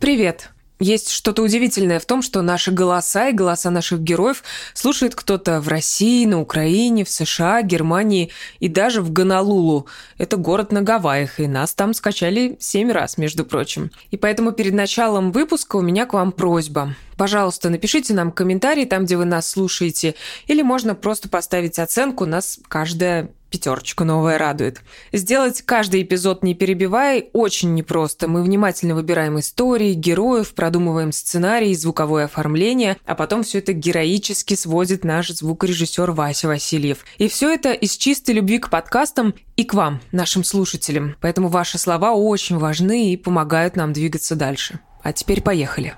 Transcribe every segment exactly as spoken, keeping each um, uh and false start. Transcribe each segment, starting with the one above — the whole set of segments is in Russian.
Привет! Есть что-то удивительное в том, что наши голоса и голоса наших героев слушает кто-то в России, на Украине, в США, Германии и даже в Гонолулу. Это город на Гавайях, и нас там скачали семь раз, между прочим. И поэтому перед началом выпуска у меня к вам просьба. Пожалуйста, напишите нам комментарий там, где вы нас слушаете, или можно просто поставить оценку, нас каждая пятерочка новая радует. Сделать каждый эпизод не перебивая очень непросто. Мы внимательно выбираем истории, героев, продумываем сценарий, звуковое оформление, а потом все это героически сводит наш звукорежиссер Вася Васильев. И все это из чистой любви к подкастам и к вам, нашим слушателям. Поэтому ваши слова очень важны и помогают нам двигаться дальше. А теперь поехали.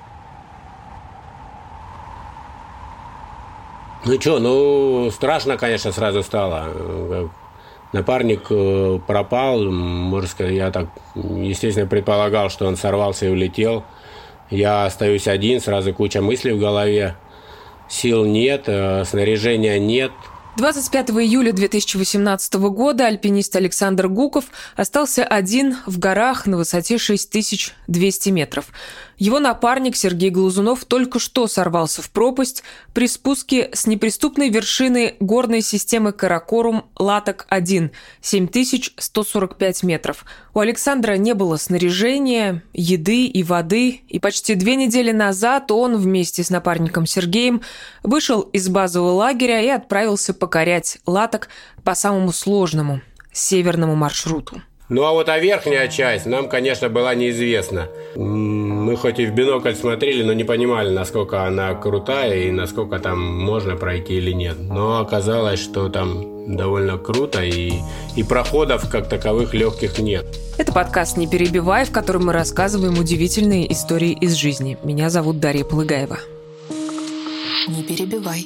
Ну что, ну, страшно, конечно, сразу стало. Напарник пропал, можно сказать, я так, естественно, предполагал, что он сорвался и улетел. Я остаюсь один, сразу куча мыслей в голове. Сил нет, снаряжения нет. двадцать пятого июля две тысячи восемнадцатого года альпинист Александр Гуков остался один в горах на высоте шесть тысяч двести метров. Его напарник Сергей Глазунов только что сорвался в пропасть при спуске с неприступной вершины горной системы Каракорум Латок один, семь тысяч сто сорок пять метров. У Александра не было снаряжения, еды и воды, и почти две недели назад он вместе с напарником Сергеем вышел из базового лагеря и отправился покорять Латок по самому сложному северному маршруту. Ну а вот а верхняя часть нам, конечно, была неизвестна. Мы хоть и в бинокль смотрели, но не понимали, насколько она крутая и насколько там можно пройти или нет. Но оказалось, что там довольно круто, и, и проходов как таковых легких нет. Это подкаст «Не перебивай», в котором мы рассказываем удивительные истории из жизни. Меня зовут Дарья Полыгаева. Не перебивай.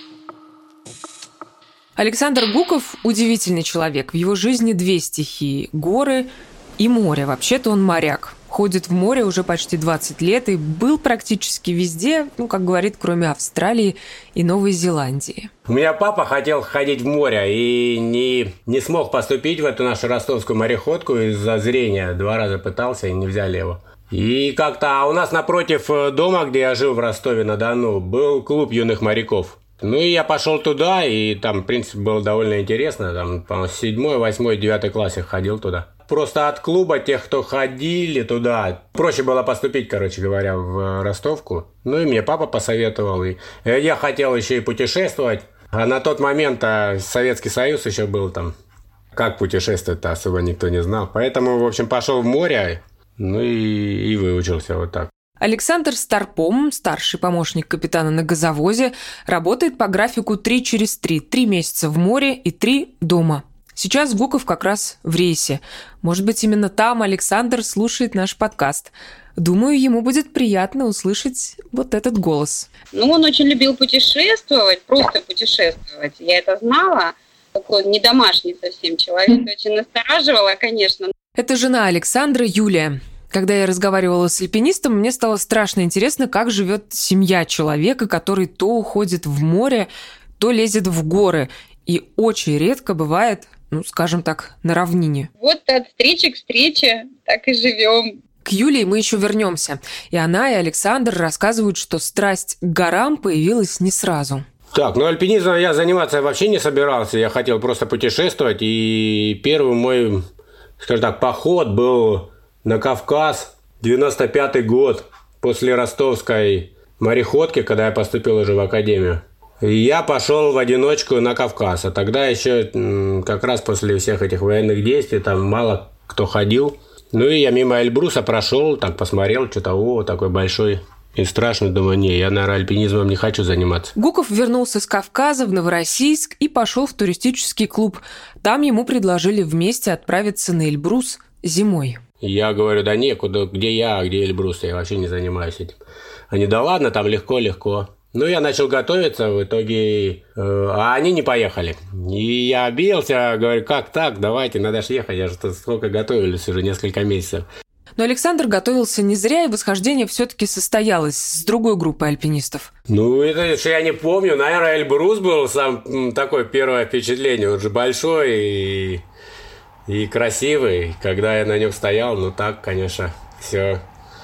Александр Гуков – удивительный человек. В его жизни две стихии – горы и море. Вообще-то он моряк. Ходит в море уже почти двадцать лет и был практически везде, ну, как говорит, кроме Австралии и Новой Зеландии. У меня папа хотел ходить в море и не, не смог поступить в эту нашу ростовскую мореходку из-за зрения. Два раза пытался и не взяли его. И как-то а у нас напротив дома, где я жил в Ростове-на-Дону, был клуб юных моряков. Ну и я пошел туда, и там, в принципе, было довольно интересно. Там, по-моему, седьмой, восьмой, девятый классе ходил туда. Просто от клуба тех, кто ходили туда, проще было поступить, короче говоря, в Ростовку. Ну и мне папа посоветовал. И я хотел еще и путешествовать. А на тот момент а, Советский Союз еще был там. Как путешествовать-то особо никто не знал. Поэтому, в общем, пошел в море, ну и, и выучился вот так. Александр Старпом, старший помощник капитана на газовозе, работает по графику три через три. Три месяца в море и три дома. Сейчас Гуков как раз в рейсе. Может быть, именно там Александр слушает наш подкаст. Думаю, ему будет приятно услышать вот этот голос. Ну, он очень любил путешествовать, просто путешествовать. Я это знала. Такой не домашний совсем человек. Очень настораживало, конечно. Это жена Александра, Юлия. Когда я разговаривала с альпинистом, мне стало страшно интересно, как живет семья человека, который то уходит в море, то лезет в горы. И очень редко бывает, ну, скажем так, на равнине. Вот от встречи к встрече так и живем. К Юлии мы еще вернемся. И она, и Александр рассказывают, что страсть к горам появилась не сразу. Так, ну альпинизмом я заниматься вообще не собирался. Я хотел просто путешествовать. И первый мой, скажем так, поход был на Кавказ, девяносто пятый год, после ростовской мореходки, когда я поступил уже в академию. И я пошел в одиночку на Кавказ. А тогда еще как раз после всех этих военных действий там мало кто ходил. Ну и я мимо Эльбруса прошел, так посмотрел, что-то, о, такой большой и страшный. Думаю, не, я, наверное, альпинизмом не хочу заниматься. Гуков вернулся с Кавказа в Новороссийск и пошел в туристический клуб. Там ему предложили вместе отправиться на Эльбрус зимой. Я говорю, да некуда, где я, где Эльбрус, я вообще не занимаюсь этим. Они, да ладно, там легко-легко. Ну, я начал готовиться, в итоге, э, а они не поехали. И я обиделся, говорю, как так, давайте, надо ж ехать, я же сколько готовились уже несколько месяцев. Но Александр готовился не зря, и восхождение все-таки состоялось с другой группой альпинистов. Ну, это что я не помню, наверное, Эльбрус был сам такое первое впечатление, он же большой и... И красивый, когда я на нем стоял, ну так, конечно, все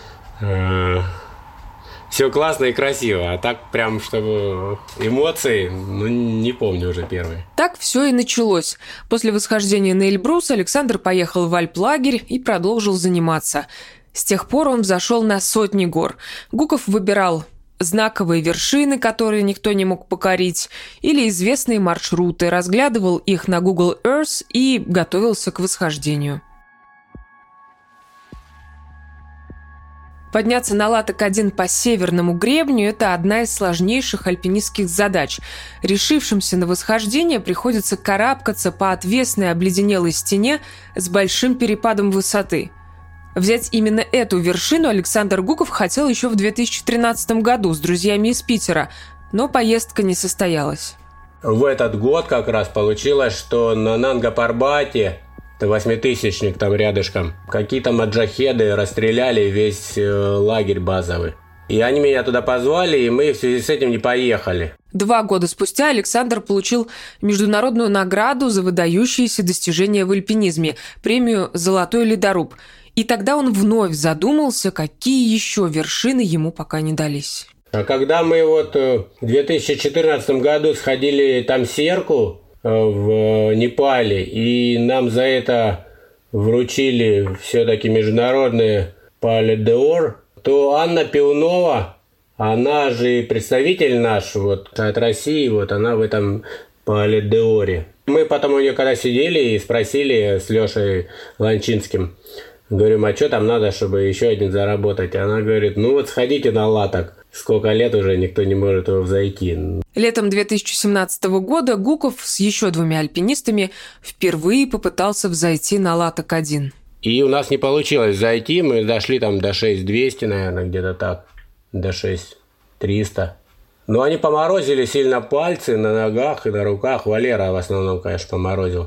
Все классно и красиво, а так прям, чтобы эмоции, ну, не помню уже первые. Так все и началось. После восхождения на Эльбрус Александр поехал в альплагерь и продолжил заниматься. С тех пор он взошел на сотни гор. Гуков выбирал знаковые вершины, которые никто не мог покорить, или известные маршруты, разглядывал их на Google Earth и готовился к восхождению. Подняться на Латок один по северному гребню – это одна из сложнейших альпинистских задач. Решившимся на восхождение приходится карабкаться по отвесной обледенелой стене с большим перепадом высоты. Взять именно эту вершину Александр Гуков хотел еще в две тысячи тринадцатом году с друзьями из Питера, но поездка не состоялась. В этот год как раз получилось, что на Нанга-Парбате, это восьмитысячник там рядышком, какие-то маджахеды расстреляли весь э, лагерь базовый. И они меня туда позвали, и мы в связи с этим не поехали. Два года спустя Александр получил международную награду за выдающиеся достижения в альпинизме, премию «Золотой ледоруб». И тогда он вновь задумался, какие еще вершины ему пока не дались. А когда мы вот в две тысячи четырнадцатом году сходили там Серку в Непале, и нам за это вручили все-таки международный Palais d'Or, то Анна Пивнова, она же представитель наш вот, от России, вот она в этом Palais d'Or. Мы потом у нее когда сидели и спросили с Лешей Ланчинским, говорим, а что там надо, чтобы еще один заработать? Она говорит, ну вот сходите на Латок. Сколько лет уже никто не может его взойти. Летом две тысячи семнадцатого года Гуков с еще двумя альпинистами впервые попытался взойти на Латок один. И у нас не получилось зайти. Мы дошли там до шесть тысяч двести, наверное, где-то так. До шесть тысяч триста. Но они поморозили сильно пальцы на ногах и на руках. Валера в основном, конечно, поморозил.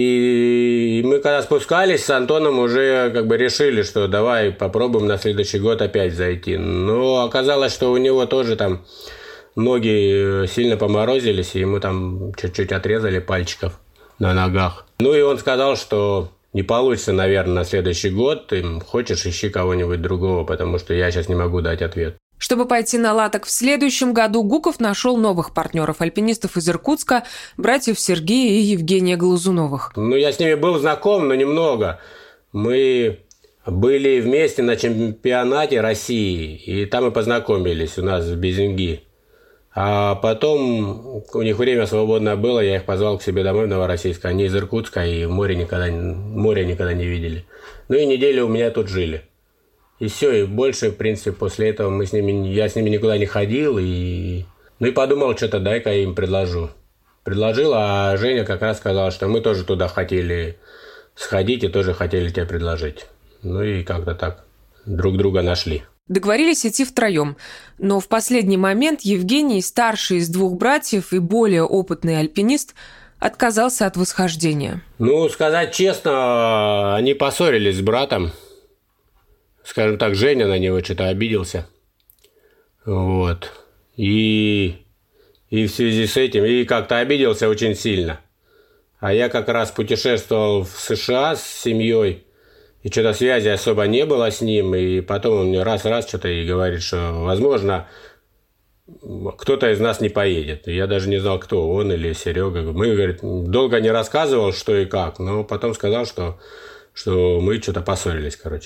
И мы когда спускались с Антоном, уже как бы решили, что давай попробуем на следующий год опять зайти. Но оказалось, что у него тоже там ноги сильно поморозились, и ему там чуть-чуть отрезали пальчиков на ногах. Ну и он сказал, что не получится, наверное, на следующий год. Ты хочешь, ищи кого-нибудь другого, потому что я сейчас не могу дать ответ. Чтобы пойти на Латок в следующем году, Гуков нашел новых партнеров, альпинистов из Иркутска, братьев Сергея и Евгения Глазуновых. Ну, я с ними был знаком, но немного. Мы были вместе на чемпионате России, и там мы познакомились у нас в Безинги. А потом у них время свободное было, я их позвал к себе домой в Новороссийск. Они из Иркутска и в море никогда, море никогда не видели. Ну и неделю у меня тут жили. И все, и больше, в принципе, после этого мы с ними, я с ними никуда не ходил. И, ну и подумал, что-то дай-ка я им предложу. Предложил, а Женя как раз сказал, что мы тоже туда хотели сходить и тоже хотели тебе предложить. Ну и как-то так друг друга нашли. Договорились идти втроем, но в последний момент Евгений, старший из двух братьев и более опытный альпинист, отказался от восхождения. Ну, сказать честно, они поссорились с братом. Скажем так, Женя на него что-то обиделся. Вот. И, и в связи с этим, и как-то обиделся очень сильно. А я как раз путешествовал в США с семьей, и что-то связи особо не было с ним. И потом он мне раз-раз что-то и говорит, что, возможно, кто-то из нас не поедет. И я даже не знал, кто, он или Серега. Мы, говорит, долго не рассказывал, что и как, но потом сказал, что, что мы что-то поссорились, короче.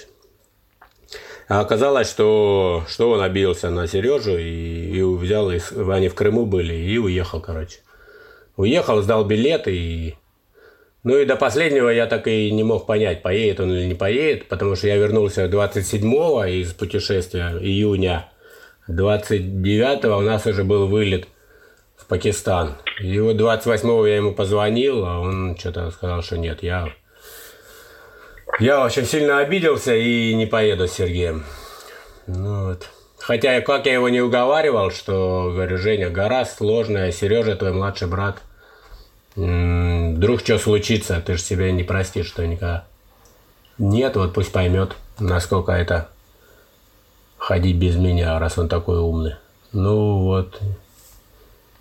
А оказалось, что, что он обиделся на Сережу и, и взял, и, они в Крыму были, и уехал, короче. Уехал, сдал билет, и... Ну и до последнего я так и не мог понять, поедет он или не поедет, потому что я вернулся двадцать седьмого из путешествия, июня. двадцать девятого у нас уже был вылет в Пакистан. И вот двадцать восьмого я ему позвонил, а он что-то сказал, что нет, я... Я очень сильно обиделся и не поеду с Сергеем. Ну, вот. Хотя, как я его не уговаривал, что, говорю, Женя, гора сложная, Сережа твой младший брат. М-м, вдруг что случится, ты же себя не простишь, что никогда. Нет, вот пусть поймет, насколько это ходить без меня, раз он такой умный. Ну вот,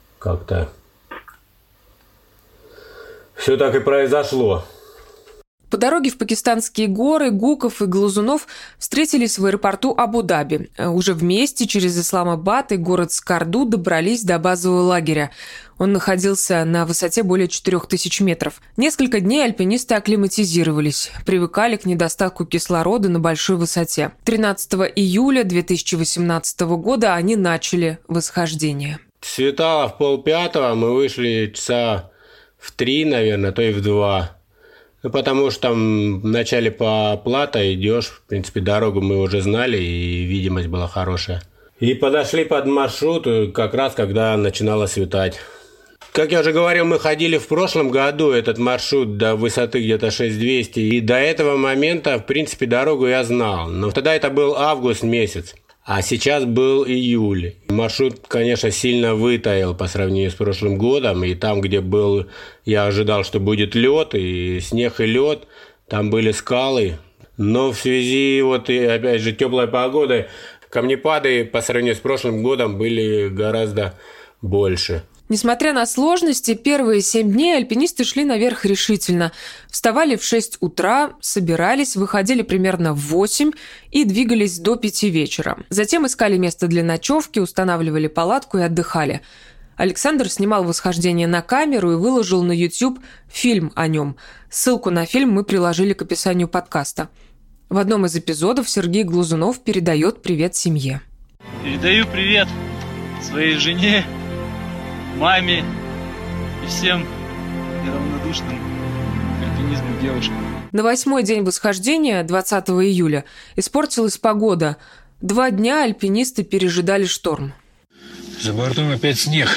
как-то все так и произошло. По дороге в пакистанские горы Гуков и Глазунов встретились в аэропорту Абу-Даби. Уже вместе через Исламабад и город Скарду добрались до базового лагеря. Он находился на высоте более четырех тысяч метров. Несколько дней альпинисты акклиматизировались, привыкали к недостатку кислорода на большой высоте. тринадцатого июля две тысячи восемнадцатого года они начали восхождение. Светало в полпятого, мы вышли часа в три, наверное, то и в два. Ну, потому что там вначале по плато идешь, в принципе, дорогу мы уже знали, и видимость была хорошая. И подошли под маршрут как раз, когда начинало светать. Как я уже говорил, мы ходили в прошлом году этот маршрут до высоты где-то шесть тысяч двести, и до этого момента, в принципе, дорогу я знал. Но тогда это был август месяц, а сейчас был июль. Маршрут, конечно, сильно вытаял по сравнению с прошлым годом, и там, где был, я ожидал, что будет лед, и снег, и лед, там были скалы. Но в связи, вот, и опять же, теплой погодой, камнепады по сравнению с прошлым годом были гораздо больше. Несмотря на сложности, первые семь дней альпинисты шли наверх решительно. Вставали в шесть утра, собирались, выходили примерно в восемь и двигались до пяти вечера. Затем искали место для ночевки, устанавливали палатку и отдыхали. Александр снимал восхождение на камеру и выложил на YouTube фильм о нем. Ссылку на фильм мы приложили к описанию подкаста. В одном из эпизодов Сергей Глазунов передает привет семье. Передаю привет своей жене, маме и всем неравнодушным к альпинизму девушкам. На восьмой день восхождения, двадцатого июля, испортилась погода. Два дня альпинисты пережидали шторм. За бортом опять снег.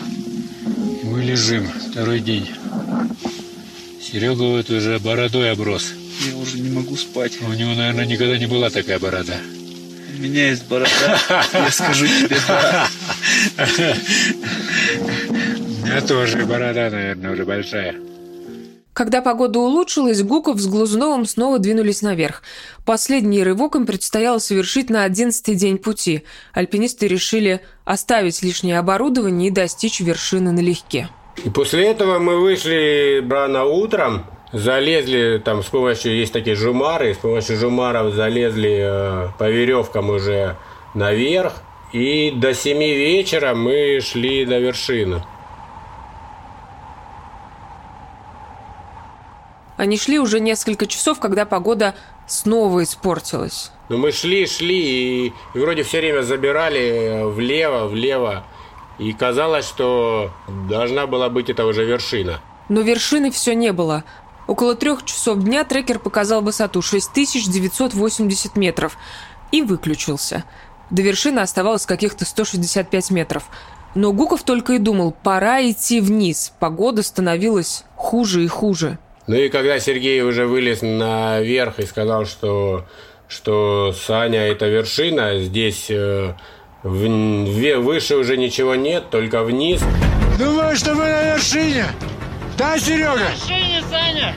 Мы лежим второй день. Серега вот уже бородой оброс. Я уже не могу спать. У него, наверное, никогда не была такая борода. У меня есть борода, я скажу тебе да. У меня тоже борода, наверное, уже большая. Когда погода улучшилась, Гуков с Глазуновым снова двинулись наверх. Последний рывок им предстояло совершить на одиннадцатый день пути. Альпинисты решили оставить лишнее оборудование и достичь вершины налегке. И после этого мы вышли рано утром, залезли там с помощью, есть такие жумары, с помощью жумаров залезли э, по веревкам уже наверх. И до семи вечера мы шли до вершины. Они шли уже несколько часов, когда погода снова испортилась. Ну, мы шли, шли, и, и вроде все время забирали влево, влево. И казалось, что должна была быть это уже вершина. Но вершины все не было. Около трех часов дня трекер показал высоту шесть тысяч девятьсот восемьдесят метров и выключился. До вершины оставалось каких-то сто шестьдесят пять метров. Но Гуков только и думал, пора идти вниз. Погода становилась хуже и хуже. Ну и когда Сергей уже вылез наверх и сказал, что, что Саня, это вершина, здесь э, в, выше уже ничего нет, только вниз. Думаю, что мы на вершине. Да, Серега? На вершине, Саня.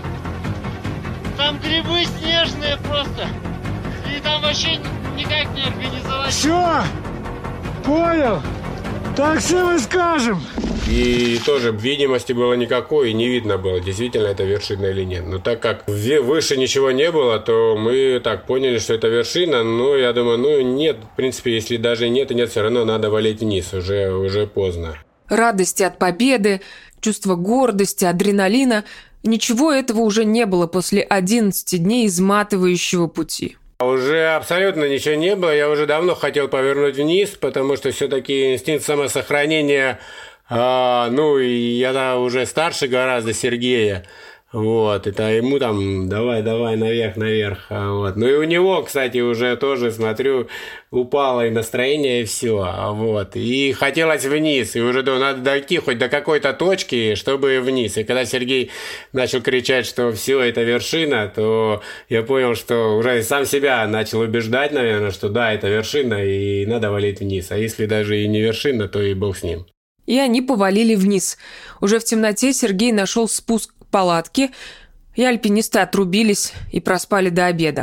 Там грибы снежные просто. И там вообще никак не организовать. Все, понял. Так все мы скажем. И тоже видимости было никакой, и не видно было, действительно это вершина или нет. Но так как выше ничего не было, то мы так поняли, что это вершина. Но я думаю, ну нет, в принципе, если даже нет и нет, все равно надо валить вниз, уже, уже поздно. Радости от победы, чувство гордости, адреналина – ничего этого уже не было после одиннадцати дней изматывающего пути. Уже абсолютно ничего не было, я уже давно хотел повернуть вниз, потому что все-таки инстинкт самосохранения, а, ну, и я уже старше гораздо Сергея, вот, это ему там давай, давай, наверх, наверх, вот. Ну и у него, кстати, уже тоже, смотрю, упало и настроение, и все, вот, и хотелось вниз, и уже думаю, надо дойти хоть до какой-то точки, чтобы вниз, и когда Сергей начал кричать, что все, это вершина, то я понял, что уже сам себя начал убеждать, наверное, что да, это вершина, и надо валить вниз, а если даже и не вершина, то и бог с ним. И они повалили вниз. Уже в темноте Сергей нашел спуск к палатке, и альпинисты отрубились и проспали до обеда.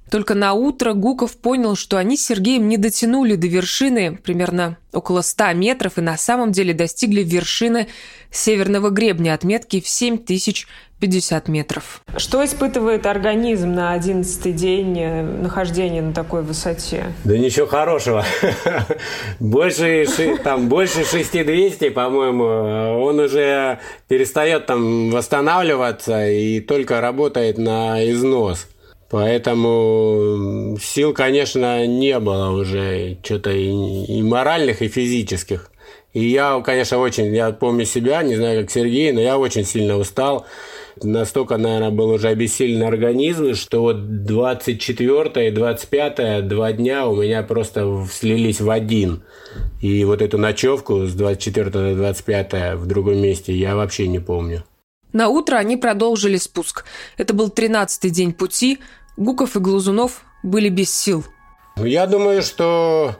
Только на утро Гуков понял, что они с Сергеем не дотянули до вершины, примерно около ста метров, и на самом деле достигли вершины северного гребня, отметки в семь тысяч пятьдесят метров. Что испытывает организм на одиннадцатый день нахождения на такой высоте? Да ничего хорошего. Больше, там, больше шесть тысяч двухсот, по-моему, он уже перестает там восстанавливаться и только работает на износ. Поэтому сил, конечно, не было уже, что-то и, и моральных, и физических. И я, конечно, очень, я помню себя, не знаю, как Сергей, но я очень сильно устал. Настолько, наверное, был уже обессилен организм, что вот двадцать четвёртое и двадцать пятое, два дня у меня просто слились в один. И вот эту ночевку с двадцать четвёртого на двадцать пятое в другом месте я вообще не помню. На утро они продолжили спуск. Это был тринадцатый день пути. Гуков и Глазунов были без сил. Я думаю, что...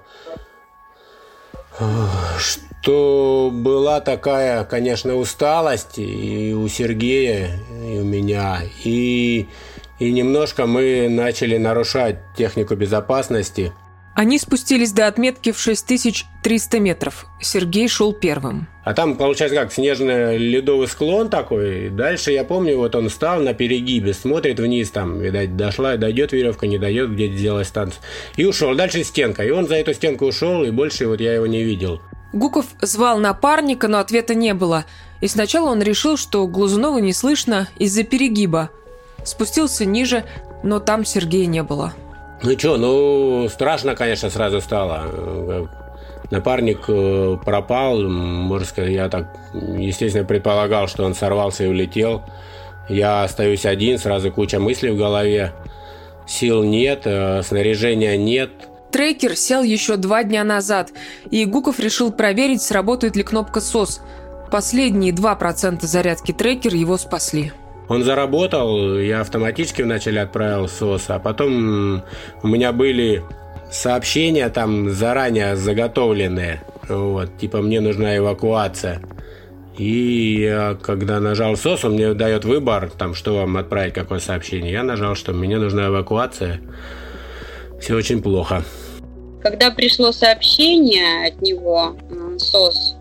что была такая, конечно, усталость и у Сергея, и у меня. И, и немножко мы начали нарушать технику безопасности. Они спустились до отметки в шесть тысяч триста метров. Сергей шел первым. А там, получается, как снежный ледовый склон такой. Дальше, я помню, вот он встал на перегибе, смотрит вниз, там, видать, дошла, дойдет веревка, не дойдет, где сделать станцию. И ушел. Дальше стенка. И он за эту стенку ушел, и больше вот я его не видел. Гуков звал напарника, но ответа не было. И сначала он решил, что Глазунова не слышно из-за перегиба. Спустился ниже, но там Сергея не было. Ну что, ну страшно, конечно, сразу стало. Напарник пропал, можно сказать, я так, естественно, предполагал, что он сорвался и улетел. Я остаюсь один, сразу куча мыслей в голове. Сил нет, снаряжения нет. Трекер сел еще два дня назад, и Гуков решил проверить, сработает ли кнопка СОС. Последние два процента зарядки трекер его спасли. Он заработал, я автоматически вначале отправил СОС, а потом у меня были сообщения там заранее заготовленные, вот, типа мне нужна эвакуация. И я, когда нажал СОС, он мне дает выбор, там, что вам отправить, какое сообщение. Я нажал, что мне нужна эвакуация. Все очень плохо. Когда пришло сообщение от него, СОС,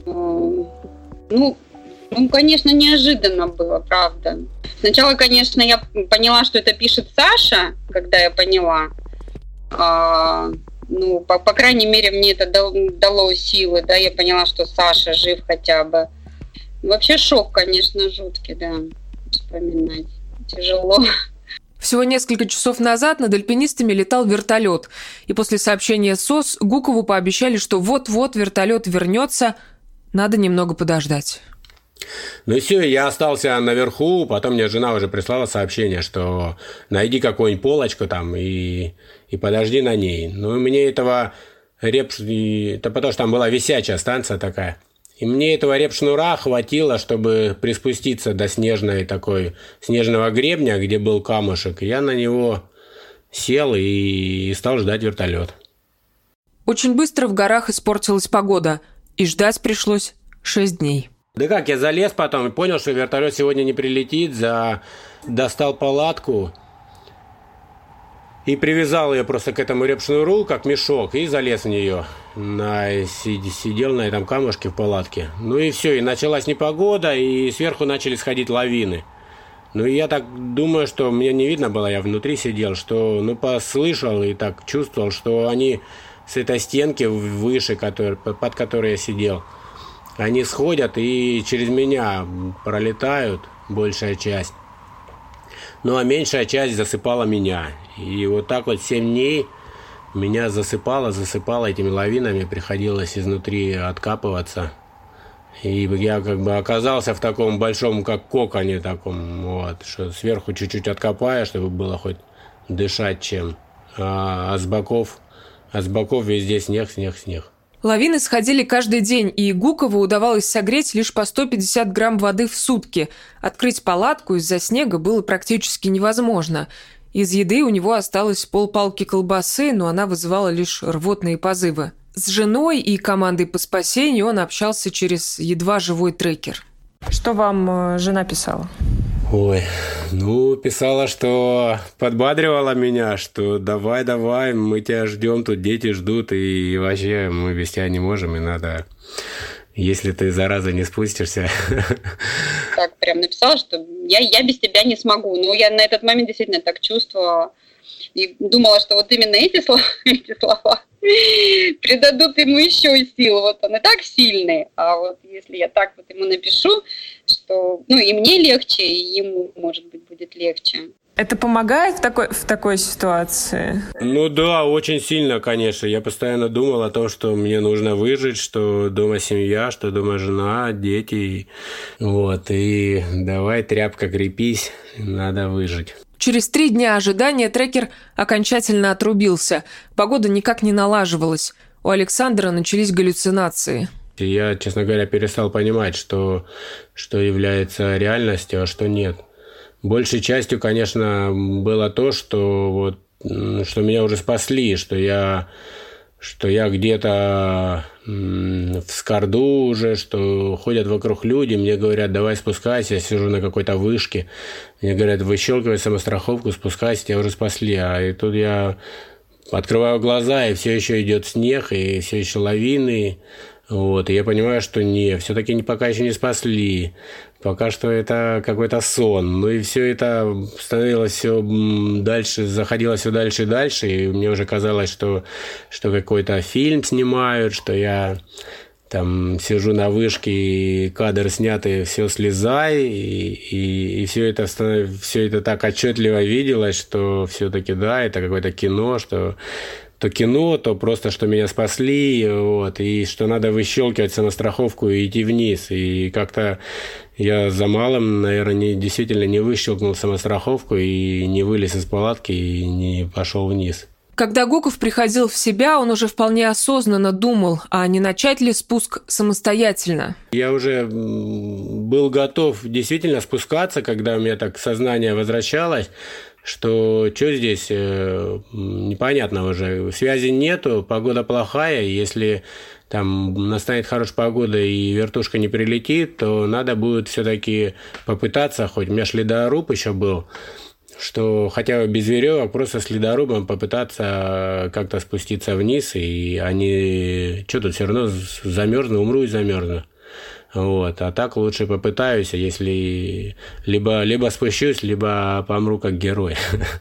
ну... Ну, конечно, неожиданно было, правда. Сначала, конечно, я поняла, что это пишет Саша, когда я поняла. А, ну, по, по крайней мере, мне это дал, дало силы, да, я поняла, что Саша жив хотя бы. Вообще шок, конечно, жуткий, да, вспоминать. Тяжело. Всего несколько часов назад над альпинистами летал вертолет. И после сообщения СОС Гукову пообещали, что вот-вот вертолет вернется, надо немного подождать. Ну и все, я остался наверху, потом мне жена уже прислала сообщение, что найди какую-нибудь полочку там и, и подожди на ней. Ну и мне этого реп... Это потому что там была висячая станция такая. И мне этого репшнура хватило, чтобы приспуститься до снежной такой, снежного гребня, где был камушек. Я на него сел и стал ждать вертолет. Очень быстро в горах испортилась погода, и ждать пришлось шесть дней. Да как, я залез потом и понял, что вертолет сегодня не прилетит, за... достал палатку и привязал ее просто к этому репшнуру, как мешок, и залез в нее. На... Сидел на этом камушке в палатке. Ну и все, и началась непогода, и сверху начали сходить лавины. Ну и я так думаю, что мне не видно было, я внутри сидел, что, ну, послышал и так чувствовал, что они с этой стенки выше, который... под которой я сидел, они сходят и через меня пролетают, большая часть. Ну, а меньшая часть засыпала меня. И вот так вот семь дней меня засыпало, засыпало этими лавинами. Приходилось изнутри откапываться. И я как бы оказался в таком большом, как коконе таком. Вот, что сверху чуть-чуть откопаю, чтобы было хоть дышать чем. А, а с боков, а с боков везде снег, снег, снег. Лавины сходили каждый день, и Гукову удавалось согреть лишь по сто пятьдесят грамм воды в сутки. Открыть палатку из-за снега было практически невозможно. Из еды у него осталось полпалки колбасы, но она вызывала лишь рвотные позывы. С женой и командой по спасению он общался через едва живой трекер. Что вам жена писала? Ой, ну, писала, что подбадривала меня, что давай, давай, мы тебя ждем, тут дети ждут, и вообще мы без тебя не можем, и надо, если ты, зараза, не спустишься. Так прям написала, что я, я без тебя не смогу. Ну, я на этот момент действительно так чувствовала. И думала, что вот именно эти слова, эти слова придадут ему еще и сил. Вот он и так сильный, а вот если я так вот ему напишу, что ну и мне легче, и ему, может быть, будет легче. Это помогает в такой, в такой ситуации? Ну да, очень сильно, конечно. Я постоянно думал о том, что мне нужно выжить, что дома семья, что дома жена, дети. Вот, и давай, тряпка, крепись, надо выжить. Через три дня ожидания трекер окончательно отрубился. Погода никак не налаживалась. У Александра начались галлюцинации. Я, честно говоря, перестал понимать, что, что является реальностью, а что нет. Большей частью, конечно, было то, что, вот, что меня уже спасли, что я, что я где-то в Скарду уже, что ходят вокруг люди, мне говорят, давай спускайся, я сижу на какой-то вышке, мне говорят, выщелкивай самостраховку, спускайся, тебя уже спасли. А и тут я открываю глаза, и все еще идет снег, и все еще лавины. Вот, и я понимаю, что не, все-таки пока еще не спасли, пока что это какой-то сон. Ну и все это становилось все дальше, заходило все дальше и дальше, и мне уже казалось, что, что какой-то фильм снимают, что я там сижу на вышке, и кадр снятый, все слезай, и, и, и все, это, все это так отчетливо виделось, что все-таки да, это какое-то кино, что... то кино, то просто, что меня спасли, вот, и что надо выщелкивать самостраховку и идти вниз. И как-то я за малым, наверное, не, действительно не выщелкнул самостраховку и не вылез из палатки и не пошел вниз. Когда Гуков приходил в себя, он уже вполне осознанно думал, а не начать ли спуск самостоятельно. Я уже был готов действительно спускаться, когда у меня так сознание возвращалось, что что здесь э, непонятно уже. Связи нету, погода плохая. Если там настанет хорошая погода и вертушка не прилетит, то надо будет все-таки попытаться, хоть у меня ж ледоруб еще был, что хотя бы без веревок, просто с ледорубом попытаться как-то спуститься вниз, и они, что тут, все равно замерзну, умру и замерзну. Вот. А так лучше попытаюсь, если либо, либо спущусь, либо помру как герой.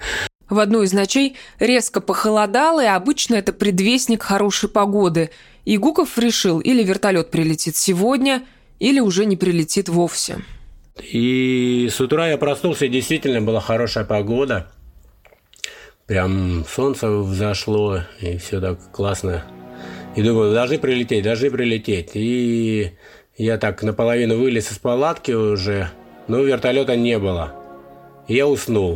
В одну из ночей резко похолодало, и обычно это предвестник хорошей погоды. И Гуков решил, или вертолет прилетит сегодня, или уже не прилетит вовсе. И с утра я проснулся, и действительно была хорошая погода. Прям солнце взошло, и все так классно. И думаю, должны прилететь, должны прилететь. И я так наполовину вылез из палатки уже, но вертолета не было. И я уснул.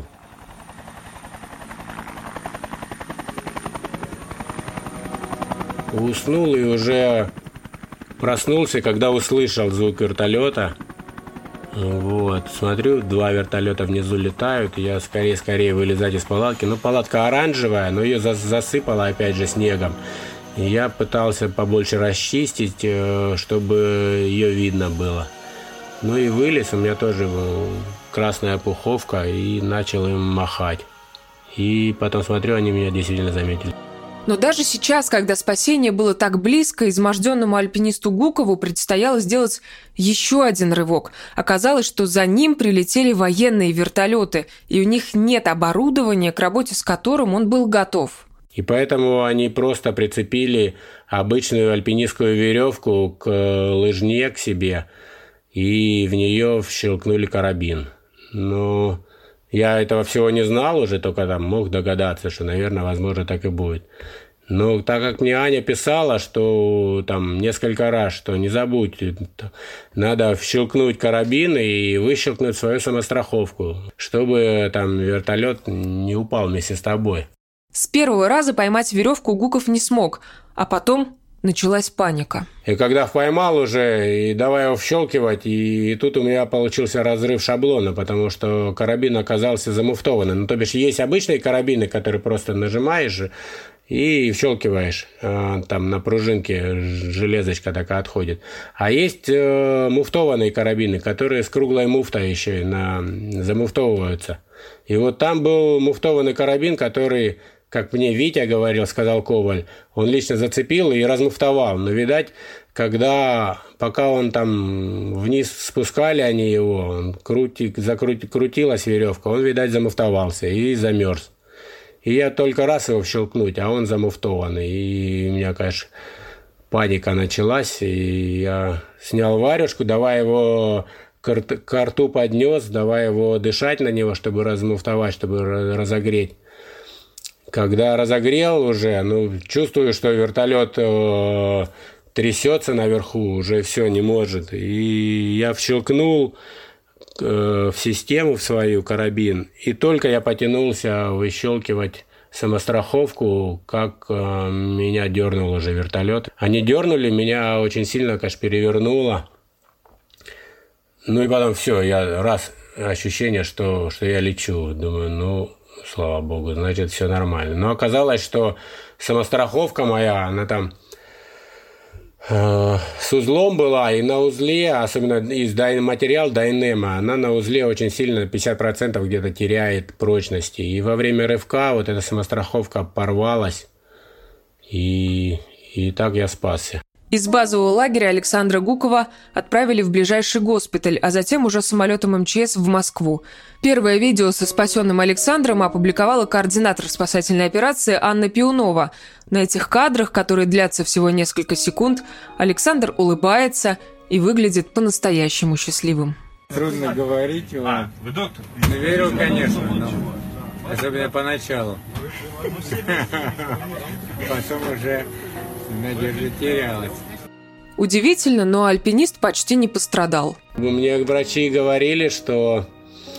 Уснул и уже проснулся, когда услышал звук вертолета. Вот, смотрю, два вертолета внизу летают, и я скорее-скорее вылезать из палатки. Ну, палатка оранжевая, но ее засыпало опять же снегом. И я пытался побольше расчистить, чтобы ее видно было. Ну и вылез, у меня тоже красная пуховка, и начал им махать. И потом смотрю, они меня действительно заметили. Но даже сейчас, когда спасение было так близко, изможденному альпинисту Гукову предстояло сделать еще один рывок. Оказалось, что за ним прилетели военные вертолеты, и у них нет оборудования, к работе с которым он был готов. И поэтому они просто прицепили обычную альпинистскую веревку к лыжне к себе, и в нее вщелкнули карабин. Но я этого всего не знал уже, только там мог догадаться, что, наверное, возможно, так и будет. Но так как мне Аня писала, что там несколько раз, что не забудь, надо вщелкнуть карабин и выщелкнуть свою самостраховку, чтобы там вертолет не упал вместе с тобой. С первого раза поймать веревку Гуков не смог, а потом началась паника. И когда поймал уже, и давай его вщелкивать, и, и тут у меня получился разрыв шаблона, потому что карабин оказался замуфтованным. Ну, то бишь, есть обычные карабины, которые просто нажимаешь, и вщелкиваешь, там на пружинке железочка такая отходит. А есть муфтованные карабины, которые с круглой муфтой еще на, замуфтовываются. И вот там был муфтованный карабин, который, как мне Витя говорил, сказал Коваль, он лично зацепил и размуфтовал. Но, видать, когда, пока он там вниз спускали они его, он крути, закрути, крутилась веревка, он, видать, замуфтовался и замерз. И я только раз его щелкнуть, а он замуфтованный. И у меня, конечно, паника началась. И я снял варежку, давай его к рту поднес, давай его дышать на него, чтобы размуфтовать, чтобы разогреть. Когда разогрел уже, ну, чувствую, что вертолет э, трясется наверху, уже все не может. И я вщелкнул в систему в свою карабин, и только я потянулся выщелкивать самостраховку, как э, меня дернул уже вертолет. Они дернули, меня очень сильно, конечно, перевернуло. Ну и потом все, я раз, ощущение, что, что я лечу. Думаю, ну, слава богу, значит, все нормально. Но оказалось, что самостраховка моя, она там с узлом была, и на узле, особенно из материал Дайнема, она на узле очень сильно, пятьдесят процентов где-то теряет прочности. И во время рывка вот эта самостраховка порвалась, и, и так я спасся. Из базового лагеря Александра Гукова отправили в ближайший госпиталь, а затем уже самолетом эм че эс в Москву. Первое видео со спасенным Александром опубликовала координатор спасательной операции Анна Пиунова. На этих кадрах, которые длятся всего несколько секунд, Александр улыбается и выглядит по-настоящему счастливым. Трудно говорить, Иван. А, вы доктор? Ну, верил, конечно, но особенно поначалу. Потом уже надежда терялась. Удивительно, но альпинист почти не пострадал. Мне врачи говорили, что,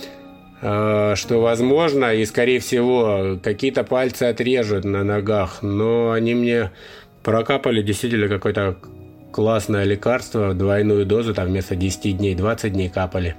э, что возможно, и скорее всего, какие-то пальцы отрежут на ногах, но они мне прокапали действительно какое-то классное лекарство, двойную дозу, там вместо десяти дней двадцать дней капали.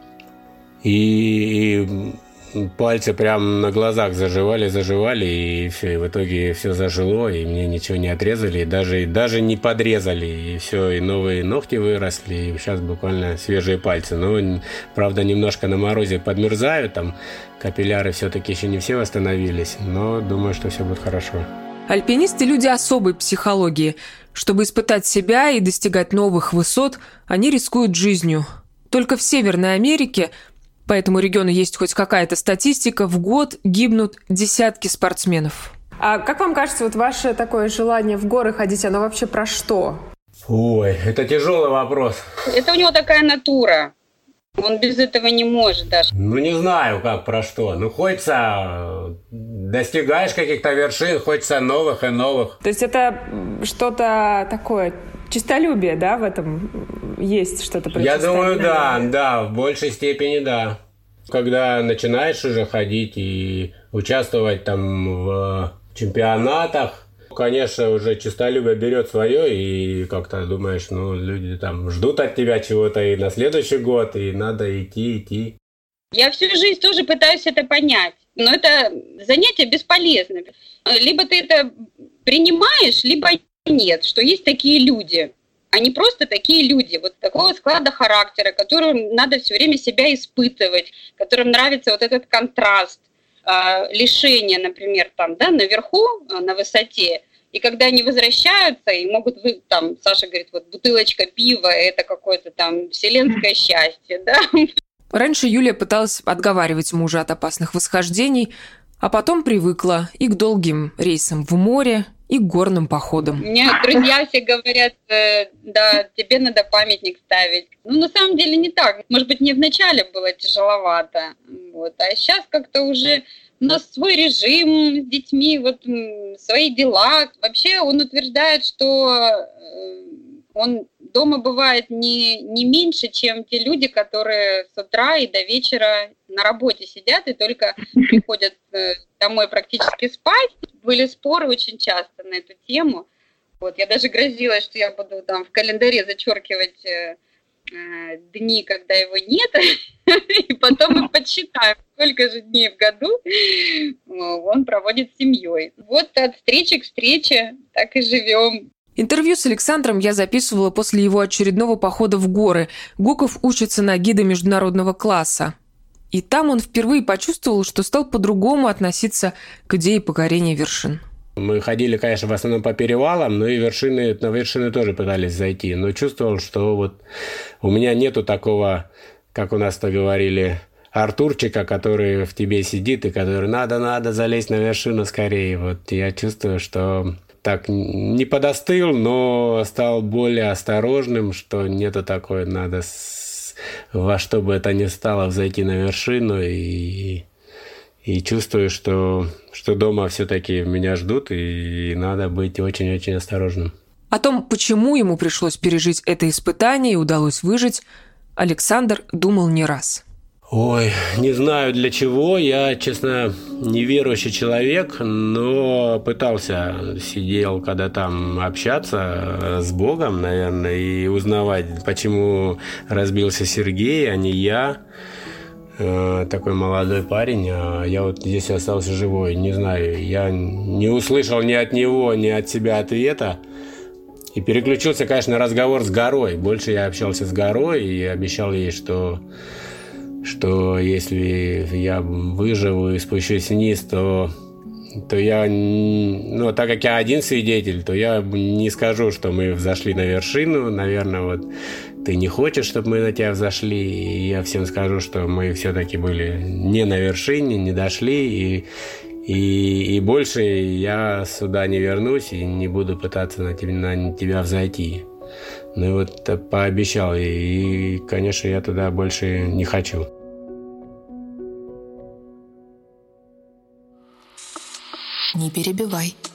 И, и пальцы прям на глазах заживали, заживали, и все, и в итоге все зажило, и мне ничего не отрезали, и даже, и даже не подрезали, и все, и новые ногти выросли, и сейчас буквально свежие пальцы. Но, правда, немножко на морозе подмерзают, там капилляры все-таки еще не все восстановились, но думаю, что все будет хорошо. Альпинисты – люди особой психологии. Чтобы испытать себя и достигать новых высот, они рискуют жизнью. Только в Северной Америке, по этому региону есть хоть какая-то статистика, в год гибнут десятки спортсменов. А как вам кажется, вот ваше такое желание в горы ходить, оно вообще про что? Ой, это тяжелый вопрос. Это у него такая натура. Он без этого не может даже. Ну, не знаю, как, про что. Ну, хочется, достигаешь каких-то вершин, хочется новых и новых. То есть это что-то такое, честолюбие, да, в этом есть что-то про Я думаю, да, да, в большей степени, да. Когда начинаешь уже ходить и участвовать там в чемпионатах, конечно, уже честолюбие берет свое, и как-то думаешь, ну, люди там ждут от тебя чего-то и на следующий год, и надо идти, идти. Я всю жизнь тоже пытаюсь это понять, но это занятие бесполезно. Либо ты это принимаешь, либо нет, что есть такие люди. Они просто такие люди, вот такого склада характера, которым надо все время себя испытывать, которым нравится вот этот контраст, лишение, например, там, да, наверху, на высоте, и когда они возвращаются и могут, вы, там, Саша говорит, вот бутылочка пива, это какое-то там вселенское счастье, да. Раньше Юлия пыталась отговаривать мужа от опасных восхождений, а потом привыкла и к долгим рейсам в море, и к горным походам. Мне друзья все говорят, да, тебе надо памятник ставить. Ну, на самом деле не так. Может быть, мне вначале было тяжеловато, вот, а сейчас как-то уже у нас свой режим с детьми, вот свои дела. Вообще он утверждает, что он дома бывает не, не меньше, чем те люди, которые с утра и до вечера на работе сидят и только приходят домой практически спать. Были споры очень часто на эту тему. Вот, я даже грозилась, что я буду там в календаре зачеркивать э, дни, когда его нет, и потом мы подсчитаем, сколько же дней в году он проводит с семьей. Вот от встречи к встрече так и живем. Интервью с Александром я записывала после его очередного похода в горы. Гуков учится на гида международного класса. И там он впервые почувствовал, что стал по-другому относиться к идее покорения вершин. Мы ходили, конечно, в основном по перевалам, но и вершины, на вершины тоже пытались зайти. Но чувствовал, что вот у меня нету такого, как у нас-то говорили, Артурчика, который в тебе сидит и который надо-надо залезть на вершину скорее. Вот я чувствую, что так не подостыл, но стал более осторожным, что нету такой, надо с... во что бы это ни стало взойти на вершину, и, и чувствую, что, что дома все-таки меня ждут, и надо быть очень-очень осторожным. О том, почему ему пришлось пережить это испытание и удалось выжить, Александр думал не раз. Ой, не знаю для чего. Я, честно, неверующий человек, но пытался, сидел, когда там общаться с Богом, наверное, и узнавать, почему разбился Сергей, а не я. Такой молодой парень, а я вот здесь остался живой. Не знаю, я не услышал ни от него, ни от себя ответа. И переключился, конечно, на разговор с горой. Больше я общался с горой и обещал ей, что... что если я выживу и спущусь вниз, то, то я, ну, так как я один свидетель, то я не скажу, что мы взошли на вершину. Наверное, вот ты не хочешь, чтобы мы на тебя взошли, и я всем скажу, что мы все-таки были не на вершине, не дошли, и, и, и больше я сюда не вернусь и не буду пытаться на тебя, на тебя взойти. Ну и вот пообещал, и, и, конечно, я туда больше не хочу. Не перебивай.